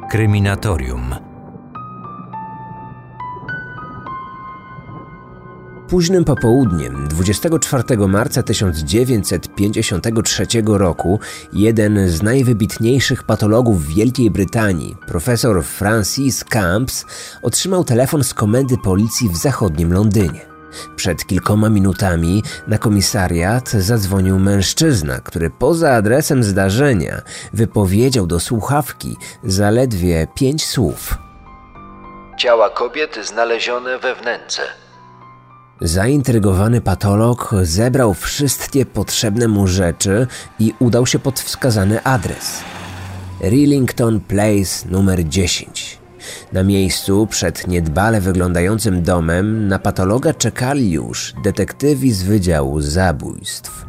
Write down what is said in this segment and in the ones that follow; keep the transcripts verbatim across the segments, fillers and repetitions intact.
Kryminatorium. Późnym popołudniem dwudziestego czwartego marca tysiąc dziewięćset pięćdziesiątego trzeciego roku jeden z najwybitniejszych patologów w Wielkiej Brytanii, profesor Francis Camps, otrzymał telefon z komendy policji w zachodnim Londynie. Przed kilkoma minutami na komisariat zadzwonił mężczyzna, który poza adresem zdarzenia wypowiedział do słuchawki zaledwie pięć słów. Ciała kobiet znalezione we wnęce. Zaintrygowany patolog zebrał wszystkie potrzebne mu rzeczy i udał się pod wskazany adres. Rillington Place numer dziesięć. Na miejscu, przed niedbale wyglądającym domem, na patologa czekali już detektywi z Wydziału Zabójstw.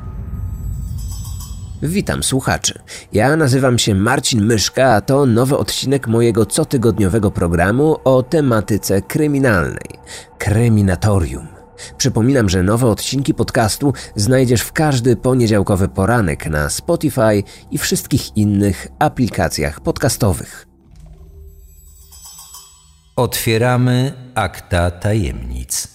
Witam słuchaczy. Ja nazywam się Marcin Myszka, a to nowy odcinek mojego cotygodniowego programu o tematyce kryminalnej – Kryminatorium. Przypominam, że nowe odcinki podcastu znajdziesz w każdy poniedziałkowy poranek na Spotify i wszystkich innych aplikacjach podcastowych. Otwieramy akta tajemnic.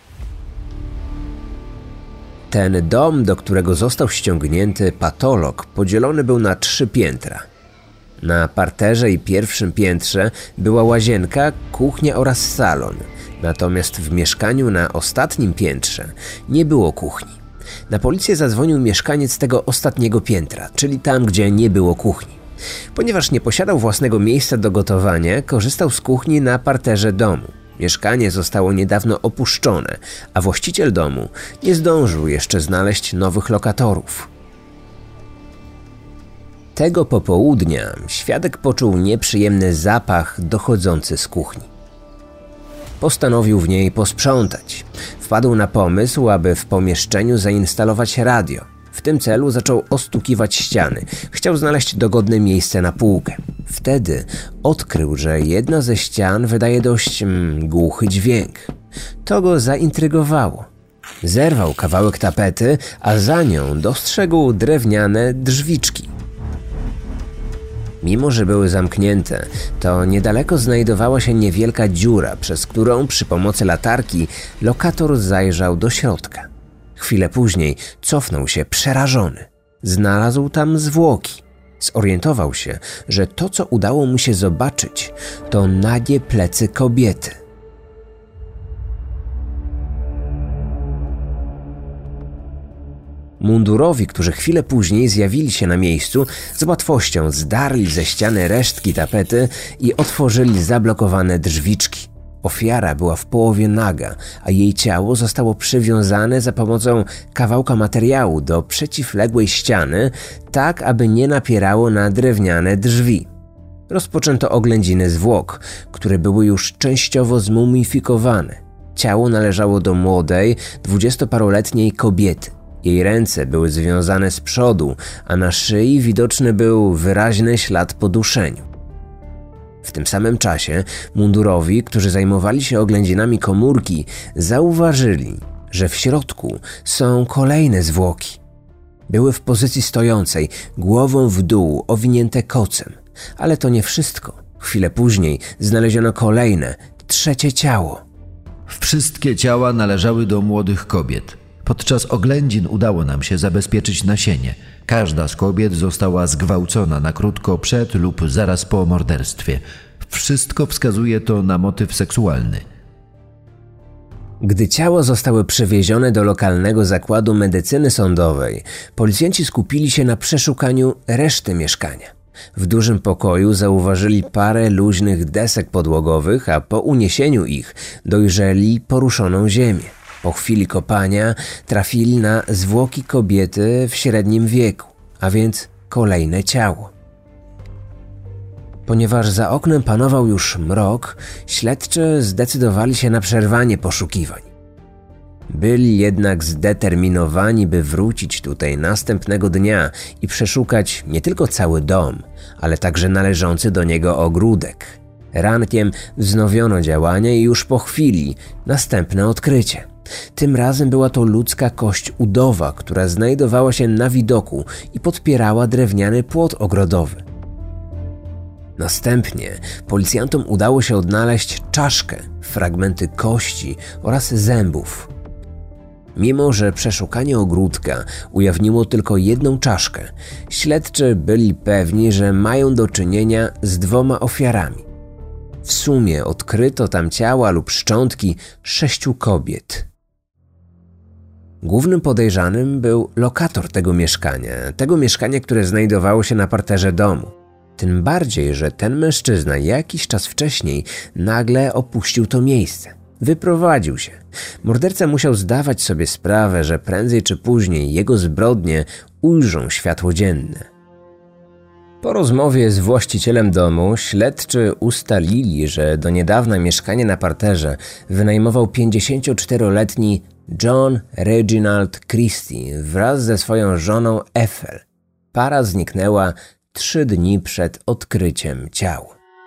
Ten dom, do którego został ściągnięty patolog, podzielony był na trzy piętra. Na parterze i pierwszym piętrze była łazienka, kuchnia oraz salon. Natomiast w mieszkaniu na ostatnim piętrze nie było kuchni. Na policję zadzwonił mieszkaniec tego ostatniego piętra, czyli tam, gdzie nie było kuchni. Ponieważ nie posiadał własnego miejsca do gotowania, korzystał z kuchni na parterze domu. Mieszkanie zostało niedawno opuszczone, a właściciel domu nie zdążył jeszcze znaleźć nowych lokatorów. Tego popołudnia świadek poczuł nieprzyjemny zapach dochodzący z kuchni. Postanowił w niej posprzątać. Wpadł na pomysł, aby w pomieszczeniu zainstalować radio. W tym celu zaczął ostukiwać ściany. Chciał znaleźć dogodne miejsce na półkę. Wtedy odkrył, że jedna ze ścian wydaje dość mm, głuchy dźwięk. To go zaintrygowało. Zerwał kawałek tapety, a za nią dostrzegł drewniane drzwiczki. Mimo że były zamknięte, to niedaleko znajdowała się niewielka dziura, przez którą przy pomocy latarki lokator zajrzał do środka. Chwilę później cofnął się przerażony. Znalazł tam zwłoki. Zorientował się, że to, co udało mu się zobaczyć, to nagie plecy kobiety. Mundurowi, którzy chwilę później zjawili się na miejscu, z łatwością zdarli ze ściany resztki tapety i otworzyli zablokowane drzwiczki. Ofiara była w połowie naga, a jej ciało zostało przywiązane za pomocą kawałka materiału do przeciwległej ściany, tak aby nie napierało na drewniane drzwi. Rozpoczęto oględziny zwłok, które były już częściowo zmumifikowane. Ciało należało do młodej, dwudziestoparoletniej kobiety. Jej ręce były związane z przodu, a na szyi widoczny był wyraźny ślad po duszeniu. W tym samym czasie mundurowi, którzy zajmowali się oględzinami komórki, zauważyli, że w środku są kolejne zwłoki. Były w pozycji stojącej, głową w dół, owinięte kocem. Ale to nie wszystko. Chwilę później znaleziono kolejne, trzecie ciało. Wszystkie ciała należały do młodych kobiet. Podczas oględzin udało nam się zabezpieczyć nasienie. Każda z kobiet została zgwałcona na krótko przed lub zaraz po morderstwie. Wszystko wskazuje to na motyw seksualny. Gdy ciała zostały przewiezione do lokalnego zakładu medycyny sądowej, policjanci skupili się na przeszukaniu reszty mieszkania. W dużym pokoju zauważyli parę luźnych desek podłogowych, a po uniesieniu ich dojrzeli poruszoną ziemię. Po chwili kopania trafili na zwłoki kobiety w średnim wieku, a więc kolejne ciało. Ponieważ za oknem panował już mrok, śledczy zdecydowali się na przerwanie poszukiwań. Byli jednak zdeterminowani, by wrócić tutaj następnego dnia i przeszukać nie tylko cały dom, ale także należący do niego ogródek. Rankiem wznowiono działania i już po chwili następne odkrycie. Tym razem była to ludzka kość udowa, która znajdowała się na widoku i podpierała drewniany płot ogrodowy. Następnie policjantom udało się odnaleźć czaszkę, fragmenty kości oraz zębów. Mimo że przeszukanie ogródka ujawniło tylko jedną czaszkę, śledczy byli pewni, że mają do czynienia z dwoma ofiarami. W sumie odkryto tam ciała lub szczątki sześciu kobiet. Głównym podejrzanym był lokator tego mieszkania, tego mieszkania, które znajdowało się na parterze domu. Tym bardziej, że ten mężczyzna jakiś czas wcześniej nagle opuścił to miejsce. Wyprowadził się. Morderca musiał zdawać sobie sprawę, że prędzej czy później jego zbrodnie ujrzą światło dzienne. Po rozmowie z właścicielem domu śledczy ustalili, że do niedawna mieszkanie na parterze wynajmował pięćdziesięcioczteroletni John Reginald Christie wraz ze swoją żoną Ethel. Para zniknęła trzy dni przed odkryciem ciał.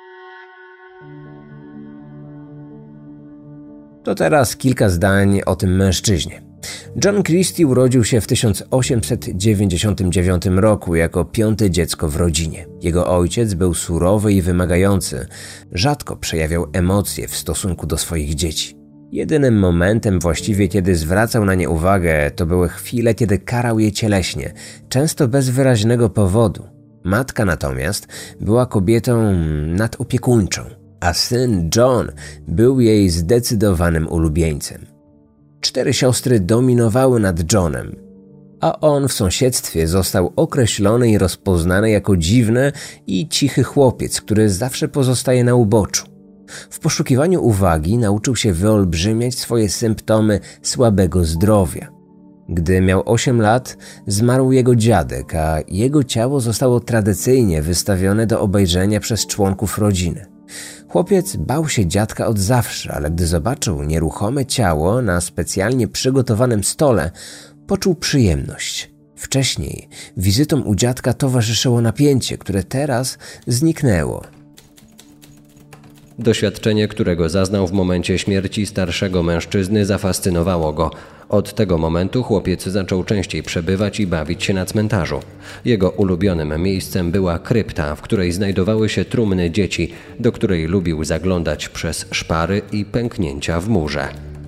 To teraz kilka zdań o tym mężczyźnie. John Christie urodził się w tysiąc osiemset dziewięćdziesiątym dziewiątym roku jako piąte dziecko w rodzinie. Jego ojciec był surowy i wymagający. Rzadko przejawiał emocje w stosunku do swoich dzieci. Jedynym momentem właściwie, kiedy zwracał na nie uwagę, to były chwile, kiedy karał je cieleśnie, często bez wyraźnego powodu. Matka natomiast była kobietą nadopiekuńczą, a syn John był jej zdecydowanym ulubieńcem. Cztery siostry dominowały nad Johnem, a on w sąsiedztwie został określony i rozpoznany jako dziwny i cichy chłopiec, który zawsze pozostaje na uboczu. W poszukiwaniu uwagi nauczył się wyolbrzymiać swoje symptomy słabego zdrowia. Gdy miał osiem lat, zmarł jego dziadek, a jego ciało zostało tradycyjnie wystawione do obejrzenia przez członków rodziny. Chłopiec bał się dziadka od zawsze, ale gdy zobaczył nieruchome ciało na specjalnie przygotowanym stole, poczuł przyjemność. Wcześniej wizytom u dziadka towarzyszyło napięcie, które teraz zniknęło. Doświadczenie, którego zaznał w momencie śmierci starszego mężczyzny, zafascynowało go. Od tego momentu chłopiec zaczął częściej przebywać i bawić się na cmentarzu. Jego ulubionym miejscem była krypta, w której znajdowały się trumny dzieci, do której lubił zaglądać przez szpary i pęknięcia w murze.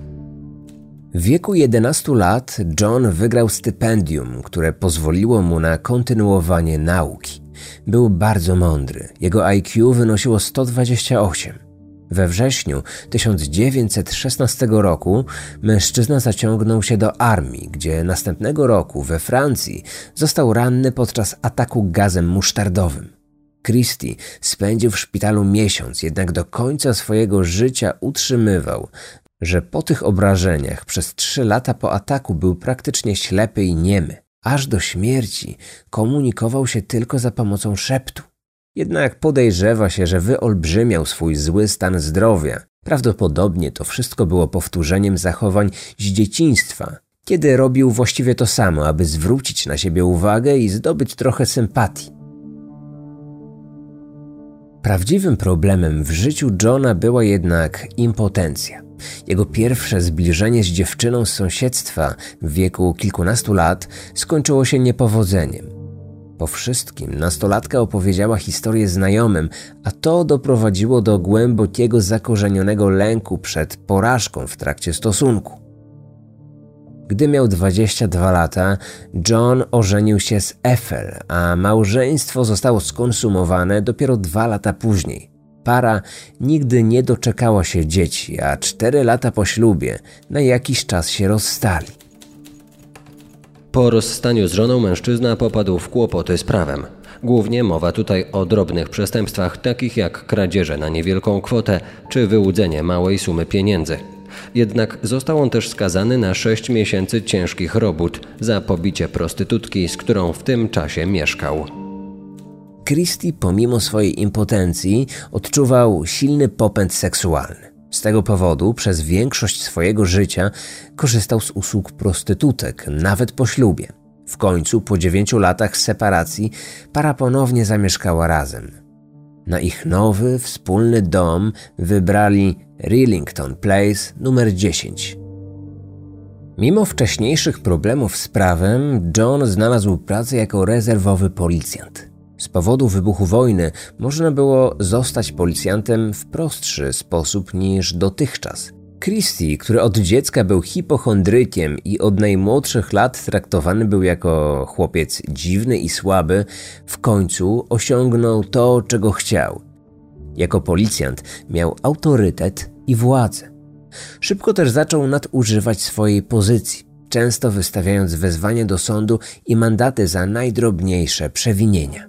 W wieku jedenastu lat John wygrał stypendium, które pozwoliło mu na kontynuowanie nauki. Był bardzo mądry. Jego I Q wynosiło sto dwadzieścia osiem. We wrześniu tysiąc dziewięćset szesnastego roku mężczyzna zaciągnął się do armii, gdzie następnego roku we Francji został ranny podczas ataku gazem musztardowym. Christie spędził w szpitalu miesiąc, jednak do końca swojego życia utrzymywał, że po tych obrażeniach przez trzy lata po ataku był praktycznie ślepy i niemy. Aż do śmierci komunikował się tylko za pomocą szeptu. Jednak podejrzewa się, że wyolbrzymiał swój zły stan zdrowia. Prawdopodobnie to wszystko było powtórzeniem zachowań z dzieciństwa, kiedy robił właściwie to samo, aby zwrócić na siebie uwagę i zdobyć trochę sympatii. Prawdziwym problemem w życiu Johna była jednak impotencja. Jego pierwsze zbliżenie z dziewczyną z sąsiedztwa w wieku kilkunastu lat skończyło się niepowodzeniem. Po wszystkim nastolatka opowiedziała historię znajomym, a to doprowadziło do głębokiego zakorzenionego lęku przed porażką w trakcie stosunku. Gdy miał dwadzieścia dwa lata, John ożenił się z Ethel, a małżeństwo zostało skonsumowane dopiero dwa lata później. Para nigdy nie doczekała się dzieci, a cztery lata po ślubie na jakiś czas się rozstali. Po rozstaniu z żoną mężczyzna popadł w kłopoty z prawem. Głównie mowa tutaj o drobnych przestępstwach, takich jak kradzieże na niewielką kwotę czy wyłudzenie małej sumy pieniędzy. Jednak został on też skazany na sześć miesięcy ciężkich robót za pobicie prostytutki, z którą w tym czasie mieszkał. Christie pomimo swojej impotencji odczuwał silny popęd seksualny. Z tego powodu przez większość swojego życia korzystał z usług prostytutek, nawet po ślubie. W końcu, po dziewięciu latach separacji, para ponownie zamieszkała razem. Na ich nowy, wspólny dom wybrali Rillington Place numer dziesięć. Mimo wcześniejszych problemów z prawem, John znalazł pracę jako rezerwowy policjant. Z powodu wybuchu wojny można było zostać policjantem w prostszy sposób niż dotychczas. Christie, który od dziecka był hipochondrykiem i od najmłodszych lat traktowany był jako chłopiec dziwny i słaby, w końcu osiągnął to, czego chciał. Jako policjant miał autorytet i władzę. Szybko też zaczął nadużywać swojej pozycji, często wystawiając wezwania do sądu i mandaty za najdrobniejsze przewinienia.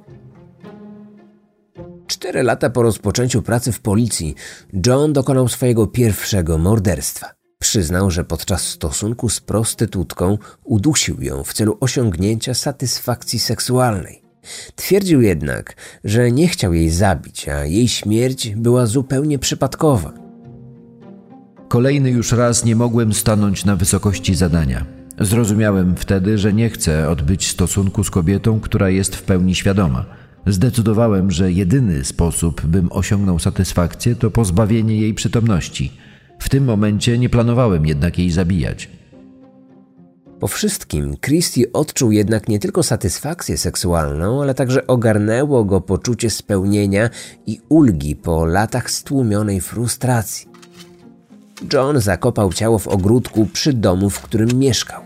Cztery lata po rozpoczęciu pracy w policji, John dokonał swojego pierwszego morderstwa. Przyznał, że podczas stosunku z prostytutką udusił ją w celu osiągnięcia satysfakcji seksualnej. Twierdził jednak, że nie chciał jej zabić, a jej śmierć była zupełnie przypadkowa. Kolejny już raz nie mogłem stanąć na wysokości zadania. Zrozumiałem wtedy, że nie chcę odbyć stosunku z kobietą, która jest w pełni świadoma. Zdecydowałem, że jedyny sposób, bym osiągnął satysfakcję, to pozbawienie jej przytomności. W tym momencie nie planowałem jednak jej zabijać. Po wszystkim Christie odczuł jednak nie tylko satysfakcję seksualną, ale także ogarnęło go poczucie spełnienia i ulgi po latach stłumionej frustracji. John zakopał ciało w ogródku przy domu, w którym mieszkał.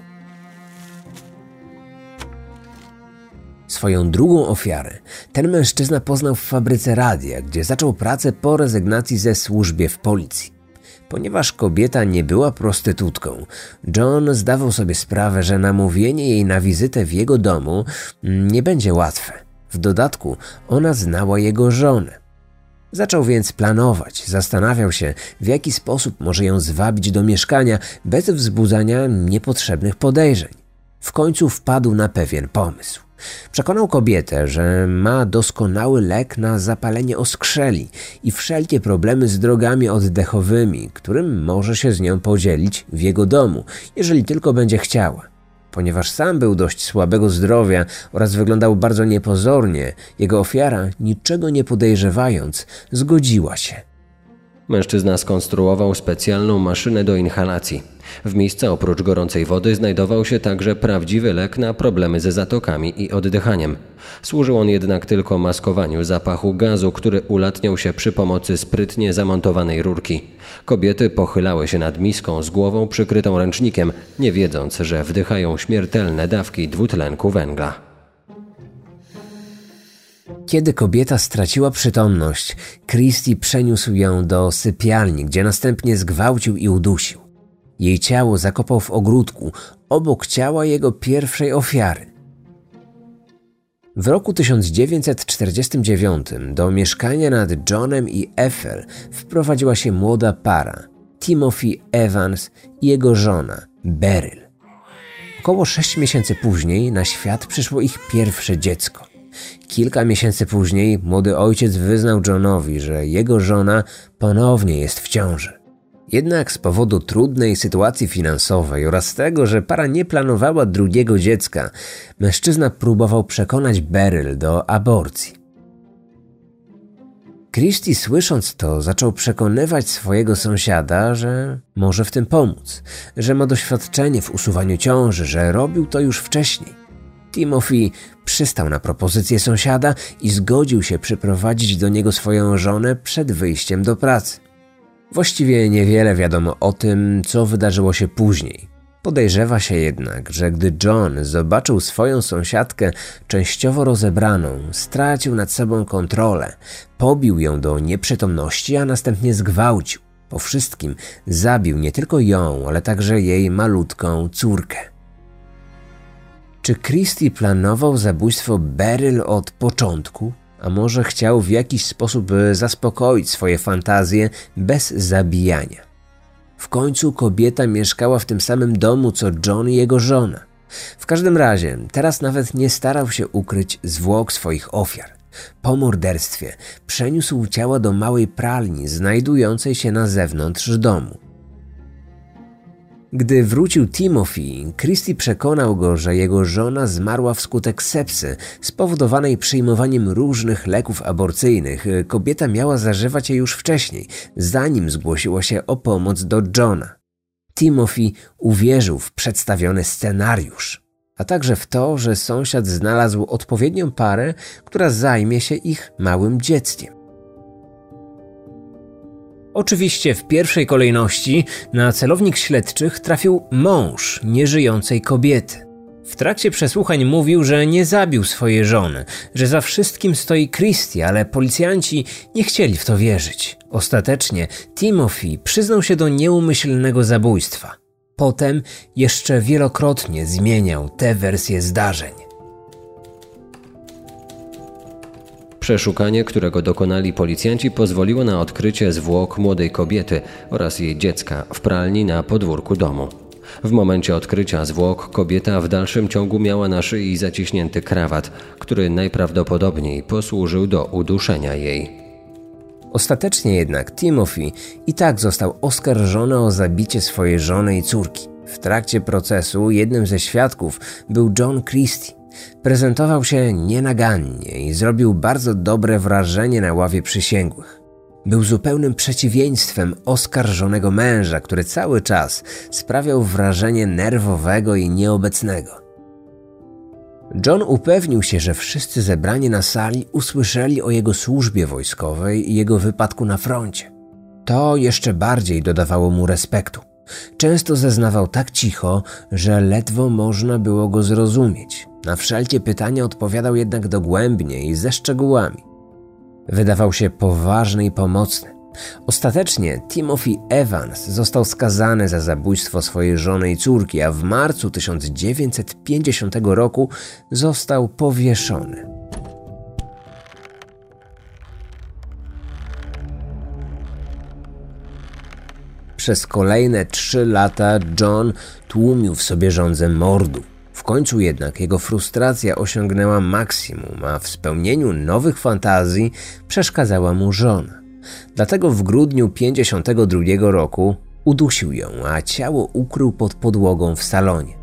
Swoją drugą ofiarę ten mężczyzna poznał w fabryce radia, gdzie zaczął pracę po rezygnacji ze służby w policji. Ponieważ kobieta nie była prostytutką, John zdawał sobie sprawę, że namówienie jej na wizytę w jego domu nie będzie łatwe. W dodatku ona znała jego żonę. Zaczął więc planować, zastanawiał się, w jaki sposób może ją zwabić do mieszkania bez wzbudzania niepotrzebnych podejrzeń. W końcu wpadł na pewien pomysł. Przekonał kobietę, że ma doskonały lek na zapalenie oskrzeli i wszelkie problemy z drogami oddechowymi, którym może się z nią podzielić w jego domu, jeżeli tylko będzie chciała. Ponieważ sam był dość słabego zdrowia oraz wyglądał bardzo niepozornie, jego ofiara, niczego nie podejrzewając, zgodziła się. Mężczyzna skonstruował specjalną maszynę do inhalacji. W miejscu oprócz gorącej wody znajdował się także prawdziwy lek na problemy ze zatokami i oddychaniem. Służył on jednak tylko maskowaniu zapachu gazu, który ulatniał się przy pomocy sprytnie zamontowanej rurki. Kobiety pochylały się nad miską z głową przykrytą ręcznikiem, nie wiedząc, że wdychają śmiertelne dawki dwutlenku węgla. Kiedy kobieta straciła przytomność, Christie przeniósł ją do sypialni, gdzie następnie zgwałcił i udusił. Jej ciało zakopał w ogródku, obok ciała jego pierwszej ofiary. W roku tysiąc dziewięćset czterdziestym dziewiątym do mieszkania nad Johnem i Ethel wprowadziła się młoda para, Timothy Evans i jego żona, Beryl. Około sześć miesięcy później na świat przyszło ich pierwsze dziecko. Kilka miesięcy później młody ojciec wyznał Johnowi, że jego żona ponownie jest w ciąży. Jednak z powodu trudnej sytuacji finansowej oraz tego, że para nie planowała drugiego dziecka, mężczyzna próbował przekonać Beryl do aborcji. Christie, słysząc to, zaczął przekonywać swojego sąsiada, że może w tym pomóc, że ma doświadczenie w usuwaniu ciąży, że robił to już wcześniej. Timothy przystał na propozycję sąsiada i zgodził się przyprowadzić do niego swoją żonę przed wyjściem do pracy. Właściwie niewiele wiadomo o tym, co wydarzyło się później. Podejrzewa się jednak, że gdy John zobaczył swoją sąsiadkę częściowo rozebraną, stracił nad sobą kontrolę, pobił ją do nieprzytomności, a następnie zgwałcił. Po wszystkim zabił nie tylko ją, ale także jej malutką córkę. Czy Christie planował zabójstwo Beryl od początku? A może chciał w jakiś sposób zaspokoić swoje fantazje bez zabijania? W końcu kobieta mieszkała w tym samym domu co John i jego żona. W każdym razie teraz nawet nie starał się ukryć zwłok swoich ofiar. Po morderstwie przeniósł ciała do małej pralni znajdującej się na zewnątrz domu. Gdy wrócił Timothy, Christie przekonał go, że jego żona zmarła wskutek sepsy spowodowanej przyjmowaniem różnych leków aborcyjnych. Kobieta miała zażywać je już wcześniej, zanim zgłosiła się o pomoc do Johna. Timothy uwierzył w przedstawiony scenariusz. a także w to, że sąsiad znalazł odpowiednią parę, która zajmie się ich małym dzieckiem. Oczywiście w pierwszej kolejności na celownik śledczych trafił mąż nieżyjącej kobiety. W trakcie przesłuchań mówił, że nie zabił swojej żony, że za wszystkim stoi Christy, ale policjanci nie chcieli w to wierzyć. Ostatecznie Timothy przyznał się do nieumyślnego zabójstwa. Potem jeszcze wielokrotnie zmieniał tę wersję zdarzeń. Przeszukanie, którego dokonali policjanci, pozwoliło na odkrycie zwłok młodej kobiety oraz jej dziecka w pralni na podwórku domu. W momencie odkrycia zwłok kobieta w dalszym ciągu miała na szyi zaciśnięty krawat, który najprawdopodobniej posłużył do uduszenia jej. Ostatecznie jednak Timothy i tak został oskarżony o zabicie swojej żony i córki. W trakcie procesu jednym ze świadków był John Christy. Prezentował się nienagannie i zrobił bardzo dobre wrażenie na ławie przysięgłych. Był zupełnym przeciwieństwem oskarżonego męża, który cały czas sprawiał wrażenie nerwowego i nieobecnego. John upewnił się, że wszyscy zebrani na sali usłyszeli o jego służbie wojskowej i jego wypadku na froncie. To jeszcze bardziej dodawało mu respektu. Często zeznawał tak cicho, że ledwo można było go zrozumieć. Na wszelkie pytania odpowiadał jednak dogłębnie i ze szczegółami. Wydawał się poważny i pomocny. Ostatecznie Timothy Evans został skazany za zabójstwo swojej żony i córki, a w marcu tysiąc dziewięćset pięćdziesiątego roku został powieszony. Przez kolejne trzy lata John tłumił w sobie żądzę mordu. W końcu jednak jego frustracja osiągnęła maksimum, a w spełnieniu nowych fantazji przeszkadzała mu żona. Dlatego w grudniu pięćdziesiątego drugiego roku udusił ją, a ciało ukrył pod podłogą w salonie.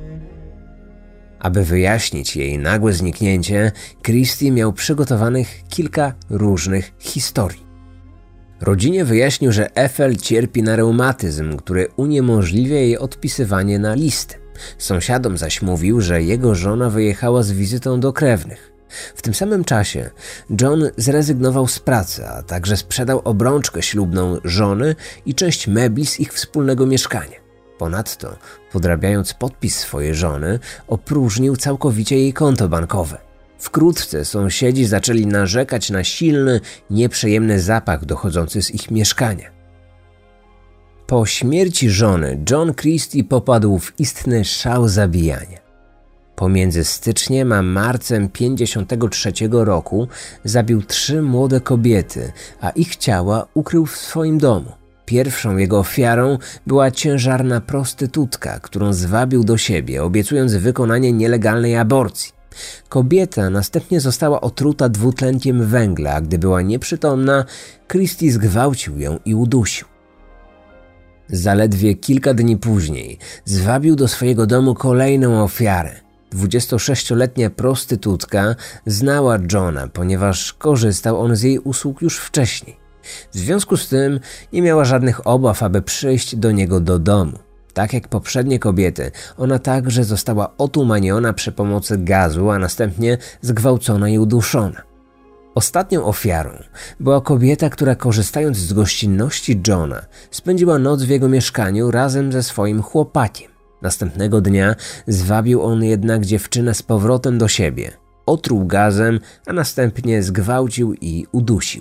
Aby wyjaśnić jej nagłe zniknięcie, Christy miał przygotowanych kilka różnych historii. Rodzinie wyjaśnił, że Ethel cierpi na reumatyzm, który uniemożliwia jej odpisywanie na listy. Sąsiadom zaś mówił, że jego żona wyjechała z wizytą do krewnych. W tym samym czasie John zrezygnował z pracy, a także sprzedał obrączkę ślubną żony i część mebli z ich wspólnego mieszkania. Ponadto, podrabiając podpis swojej żony, opróżnił całkowicie jej konto bankowe. Wkrótce sąsiedzi zaczęli narzekać na silny, nieprzyjemny zapach dochodzący z ich mieszkania. Po śmierci żony John Christy popadł w istny szał zabijania. Pomiędzy styczniem a marcem pięćdziesiątego trzeciego roku zabił trzy młode kobiety, a ich ciała ukrył w swoim domu. Pierwszą jego ofiarą była ciężarna prostytutka, którą zwabił do siebie, obiecując wykonanie nielegalnej aborcji. Kobieta następnie została otruta dwutlenkiem węgla, a gdy była nieprzytomna, Christy zgwałcił ją i udusił. Zaledwie kilka dni później zwabił do swojego domu kolejną ofiarę. dwudziestosześcioletnia prostytutka znała Johna, ponieważ korzystał on z jej usług już wcześniej. W związku z tym nie miała żadnych obaw, aby przyjść do niego do domu. Tak jak poprzednie kobiety, ona także została otumaniona przy pomocy gazu, a następnie zgwałcona i uduszona. Ostatnią ofiarą była kobieta, która korzystając z gościnności Johna spędziła noc w jego mieszkaniu razem ze swoim chłopakiem. Następnego dnia zwabił on jednak dziewczynę z powrotem do siebie, otruł gazem, a następnie zgwałcił i udusił.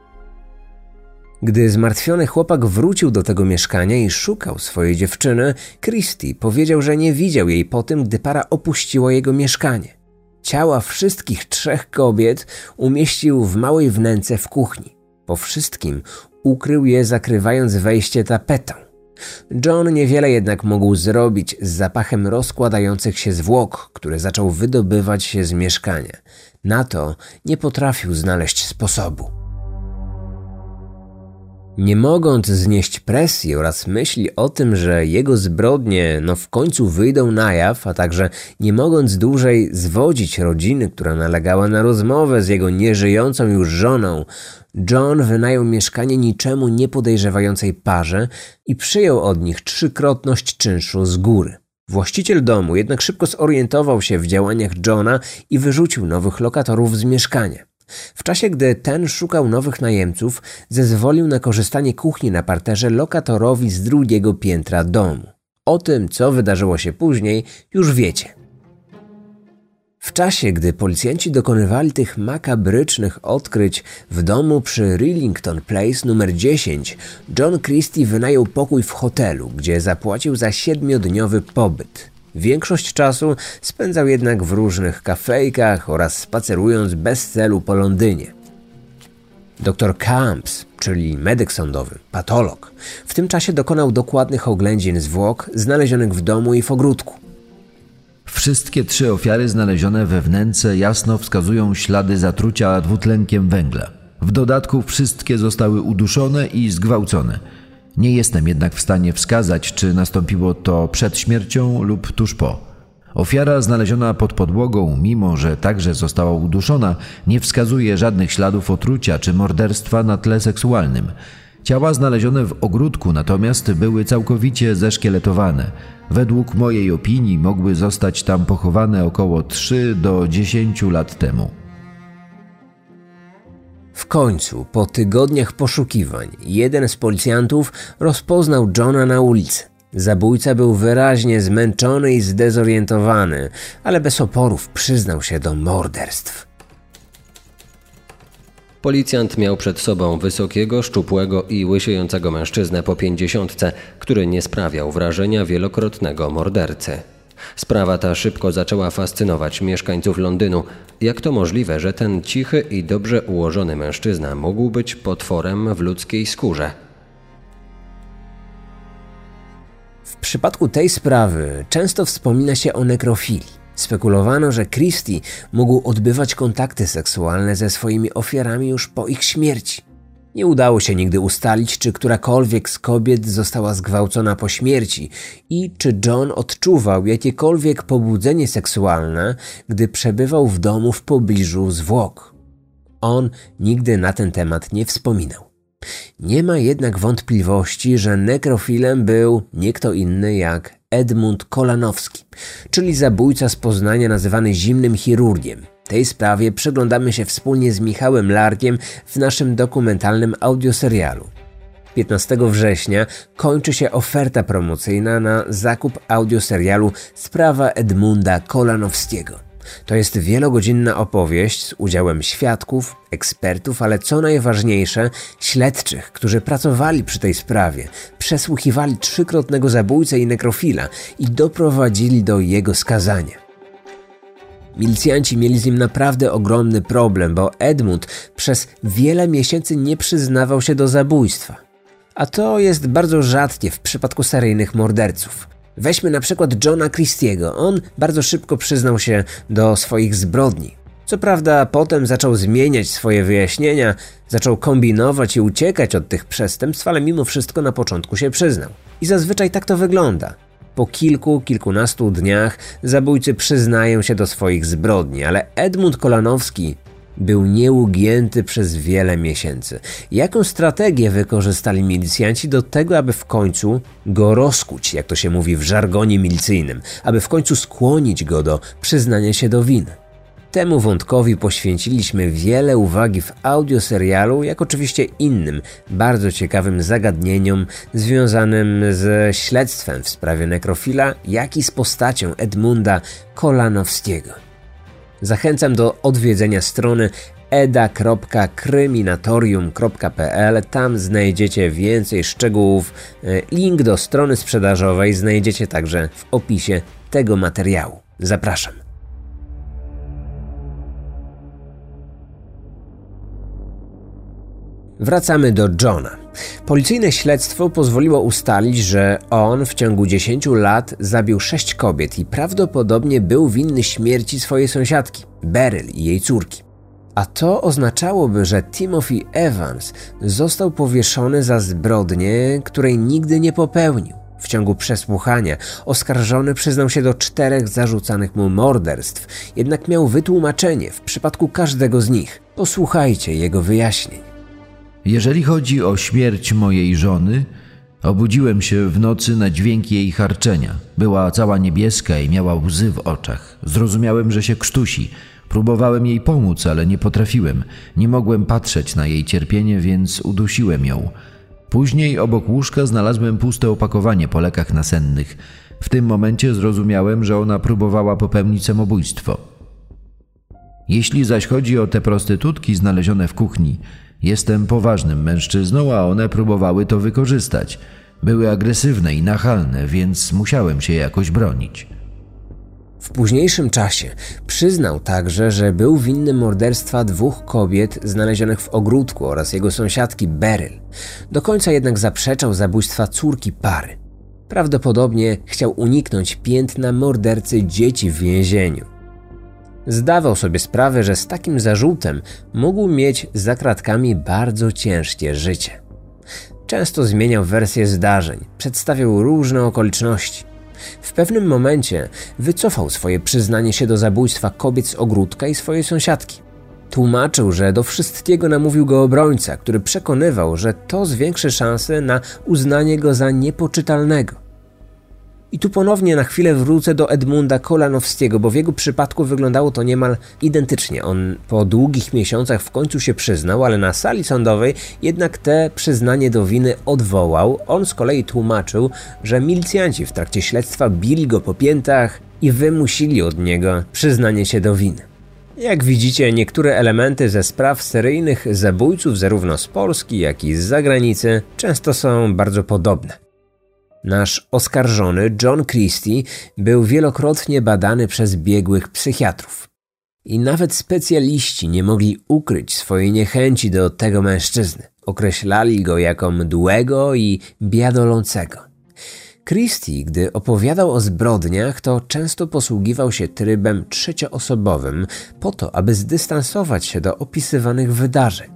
Gdy zmartwiony chłopak wrócił do tego mieszkania i szukał swojej dziewczyny, Christy powiedział, że nie widział jej po tym, gdy para opuściła jego mieszkanie. Ciała wszystkich trzech kobiet umieścił w małej wnęce w kuchni. Po wszystkim ukrył je, zakrywając wejście tapetą. John niewiele jednak mógł zrobić z zapachem rozkładających się zwłok, który zaczął wydobywać się z mieszkania. Na to nie potrafił znaleźć sposobu. Nie mogąc znieść presji oraz myśli o tym, że jego zbrodnie no w końcu wyjdą na jaw, a także nie mogąc dłużej zwodzić rodziny, która nalegała na rozmowę z jego nieżyjącą już żoną, John wynajął mieszkanie niczemu nie podejrzewającej parze i przyjął od nich trzykrotność czynszu z góry. Właściciel domu jednak szybko zorientował się w działaniach Johna i wyrzucił nowych lokatorów z mieszkania. W czasie, gdy ten szukał nowych najemców, zezwolił na korzystanie kuchni na parterze lokatorowi z drugiego piętra domu. O tym, co wydarzyło się później, już wiecie. W czasie, gdy policjanci dokonywali tych makabrycznych odkryć w domu przy Rillington Place numer dziesięć, John Christie wynajął pokój w hotelu, gdzie zapłacił za siedmiodniowy pobyt. Większość czasu spędzał jednak w różnych kafejkach oraz spacerując bez celu po Londynie. Doktor Camps, czyli medyk sądowy, patolog, w tym czasie dokonał dokładnych oględzin zwłok znalezionych w domu i w ogródku. Wszystkie trzy ofiary znalezione we wnęce jasno wskazują ślady zatrucia dwutlenkiem węgla. W dodatku wszystkie zostały uduszone i zgwałcone. Nie jestem jednak w stanie wskazać, czy nastąpiło to przed śmiercią lub tuż po. Ofiara znaleziona pod podłogą, mimo że także została uduszona, nie wskazuje żadnych śladów otrucia czy morderstwa na tle seksualnym. Ciała znalezione w ogródku natomiast były całkowicie zeszkieletowane. Według mojej opinii mogły zostać tam pochowane około trzy do dziesięciu lat temu. W końcu, po tygodniach poszukiwań, jeden z policjantów rozpoznał Johna na ulicy. Zabójca był wyraźnie zmęczony i zdezorientowany, ale bez oporów przyznał się do morderstw. Policjant miał przed sobą wysokiego, szczupłego i łysiejącego mężczyznę po pięćdziesiątce, który nie sprawiał wrażenia wielokrotnego mordercy. Sprawa ta szybko zaczęła fascynować mieszkańców Londynu. Jak to możliwe, że ten cichy i dobrze ułożony mężczyzna mógł być potworem w ludzkiej skórze? W przypadku tej sprawy często wspomina się o nekrofilii. Spekulowano, że Christie mógł odbywać kontakty seksualne ze swoimi ofiarami już po ich śmierci. Nie udało się nigdy ustalić, czy którakolwiek z kobiet została zgwałcona po śmierci i czy John odczuwał jakiekolwiek pobudzenie seksualne, gdy przebywał w domu w pobliżu zwłok. On nigdy na ten temat nie wspominał. Nie ma jednak wątpliwości, że nekrofilem był nie kto inny jak Edmund Kolanowski, czyli zabójca z Poznania nazywany zimnym chirurgiem. Tej sprawie przyglądamy się wspólnie z Michałem Larkiem w naszym dokumentalnym audioserialu. piętnastego września kończy się oferta promocyjna na zakup audioserialu Sprawa Edmunda Kolanowskiego. To jest wielogodzinna opowieść z udziałem świadków, ekspertów, ale co najważniejsze, śledczych, którzy pracowali przy tej sprawie, przesłuchiwali trzykrotnego zabójcę i nekrofila i doprowadzili do jego skazania. Milicjanci mieli z nim naprawdę ogromny problem, bo Edmund przez wiele miesięcy nie przyznawał się do zabójstwa. A to jest bardzo rzadkie w przypadku seryjnych morderców. Weźmy na przykład Johna Christiego. On bardzo szybko przyznał się do swoich zbrodni. Co prawda potem zaczął zmieniać swoje wyjaśnienia, zaczął kombinować i uciekać od tych przestępstw, ale mimo wszystko na początku się przyznał. I zazwyczaj tak to wygląda. Po kilku, kilkunastu dniach zabójcy przyznają się do swoich zbrodni, ale Edmund Kolanowski był nieugięty przez wiele miesięcy. Jaką strategię wykorzystali milicjanci do tego, aby w końcu go rozkuć, jak to się mówi w żargonie milicyjnym, aby w końcu skłonić go do przyznania się do winy? Temu wątkowi poświęciliśmy wiele uwagi w audioserialu, jak oczywiście innym, bardzo ciekawym zagadnieniom związanym ze śledztwem w sprawie nekrofila, jak i z postacią Edmunda Kolanowskiego. Zachęcam do odwiedzenia strony eda kropka kryminatorium kropka pe el. Tam znajdziecie więcej szczegółów. Link do strony sprzedażowej znajdziecie także w opisie tego materiału. Zapraszam. Wracamy do Johna. Policyjne śledztwo pozwoliło ustalić, że on w ciągu dziesięciu lat zabił sześć kobiet i prawdopodobnie był winny śmierci swojej sąsiadki, Beryl i jej córki. A to oznaczałoby, że Timothy Evans został powieszony za zbrodnię, której nigdy nie popełnił. W ciągu przesłuchania oskarżony przyznał się do czterech zarzucanych mu morderstw, jednak miał wytłumaczenie w przypadku każdego z nich. Posłuchajcie jego wyjaśnień. Jeżeli chodzi o śmierć mojej żony, Obudziłem się w nocy na dźwięki jej harczenia. Była cała niebieska i miała łzy w oczach. Zrozumiałem, że się krztusi. Próbowałem jej pomóc, ale nie potrafiłem. Nie mogłem patrzeć na jej cierpienie, więc udusiłem ją. Później obok łóżka znalazłem puste opakowanie po lekach nasennych. W tym momencie zrozumiałem, że ona próbowała popełnić samobójstwo. Jeśli zaś chodzi o te prostytutki znalezione w kuchni, jestem poważnym mężczyzną, a one próbowały to wykorzystać. Były agresywne i nachalne, więc musiałem się jakoś bronić. W późniejszym czasie przyznał także, że był winny morderstwa dwóch kobiet znalezionych w ogródku oraz jego sąsiadki Beryl. Do końca jednak zaprzeczał zabójstwa córki pary. Prawdopodobnie chciał uniknąć piętna mordercy dzieci w więzieniu. Zdawał sobie sprawę, że z takim zarzutem mógł mieć za kratkami bardzo ciężkie życie. Często zmieniał wersję zdarzeń, przedstawiał różne okoliczności. W pewnym momencie wycofał swoje przyznanie się do zabójstwa kobiet z ogródka i swojej sąsiadki. Tłumaczył, że do wszystkiego namówił go obrońca, który przekonywał, że to zwiększy szanse na uznanie go za niepoczytalnego. I tu ponownie na chwilę wrócę do Edmunda Kolanowskiego, bo w jego przypadku wyglądało to niemal identycznie. On po długich miesiącach w końcu się przyznał, ale na sali sądowej jednak te przyznanie do winy odwołał. On z kolei tłumaczył, że milicjanci w trakcie śledztwa bili go po piętach i wymusili od niego przyznanie się do winy. Jak widzicie, niektóre elementy ze spraw seryjnych zabójców zarówno z Polski, jak i z zagranicy często są bardzo podobne. Nasz oskarżony John Christie był wielokrotnie badany przez biegłych psychiatrów. I nawet specjaliści nie mogli ukryć swojej niechęci do tego mężczyzny. Określali go jako mdłego i biadolącego. Christie, gdy opowiadał o zbrodniach, to często posługiwał się trybem trzecioosobowym po to, aby zdystansować się do opisywanych wydarzeń.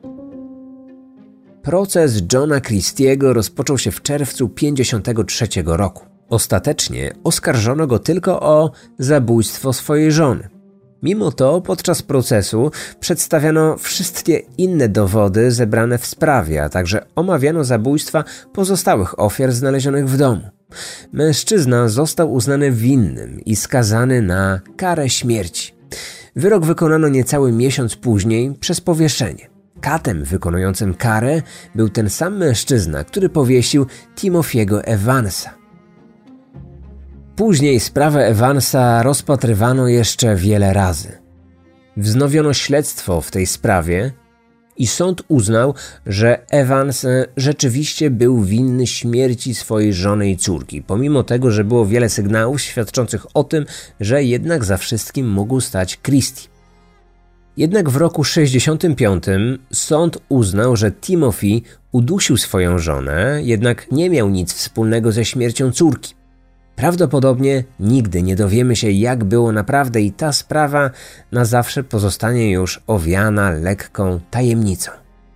Proces Johna Christiego rozpoczął się w czerwcu tysiąc dziewięćset pięćdziesiątego trzeciego roku. Ostatecznie oskarżono go tylko o zabójstwo swojej żony. Mimo to podczas procesu przedstawiano wszystkie inne dowody zebrane w sprawie, a także omawiano zabójstwa pozostałych ofiar znalezionych w domu. Mężczyzna został uznany winnym i skazany na karę śmierci. Wyrok wykonano niecały miesiąc później przez powieszenie. Katem wykonującym karę był ten sam mężczyzna, który powiesił Timothy'ego Evansa. Później sprawę Evansa rozpatrywano jeszcze wiele razy. Wznowiono śledztwo w tej sprawie i sąd uznał, że Evans rzeczywiście był winny śmierci swojej żony i córki, pomimo tego, że było wiele sygnałów świadczących o tym, że jednak za wszystkim mógł stać Christie. Jednak w roku sześćdziesiątym piątym sąd uznał, że Timothy udusił swoją żonę, jednak nie miał nic wspólnego ze śmiercią córki. Prawdopodobnie nigdy nie dowiemy się, jak było naprawdę i ta sprawa na zawsze pozostanie już owiana lekką tajemnicą.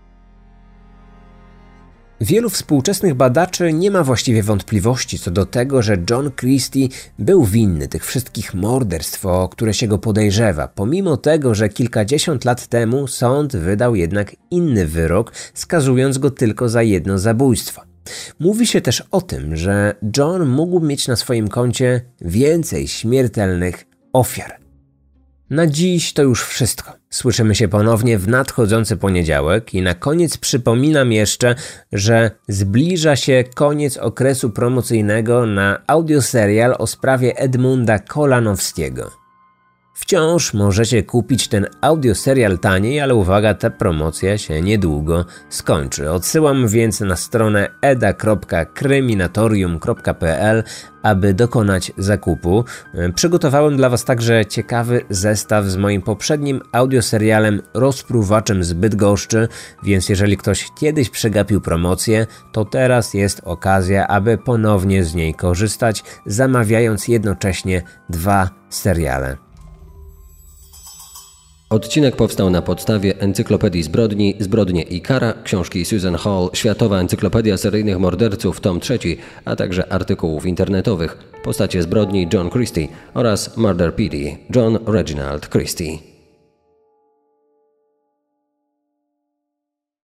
Wielu współczesnych badaczy nie ma właściwie wątpliwości co do tego, że John Christie był winny tych wszystkich morderstw, o które się go podejrzewa, pomimo tego, że kilkadziesiąt lat temu sąd wydał jednak inny wyrok, skazując go tylko za jedno zabójstwo. Mówi się też o tym, że John mógł mieć na swoim koncie więcej śmiertelnych ofiar. Na dziś to już wszystko. Słyszymy się ponownie w nadchodzący poniedziałek i na koniec przypominam jeszcze, że zbliża się koniec okresu promocyjnego na audioserial o sprawie Edmunda Kolanowskiego. Wciąż możecie kupić ten audioserial taniej, ale uwaga, ta promocja się niedługo skończy. Odsyłam więc na stronę eda kropka kryminatorium kropka pe el, aby dokonać zakupu. Przygotowałem dla Was także ciekawy zestaw z moim poprzednim audioserialem Rozpruwaczem z Bydgoszczy, więc jeżeli ktoś kiedyś przegapił promocję, to teraz jest okazja, aby ponownie z niej korzystać, zamawiając jednocześnie dwa seriale. Odcinek powstał na podstawie Encyklopedii Zbrodni, Zbrodnie i Kara, książki Susan Hall, Światowa Encyklopedia Seryjnych Morderców, tom trzeci, a także artykułów internetowych, Postacie zbrodni John Christie oraz Murder P D, John Reginald Christie.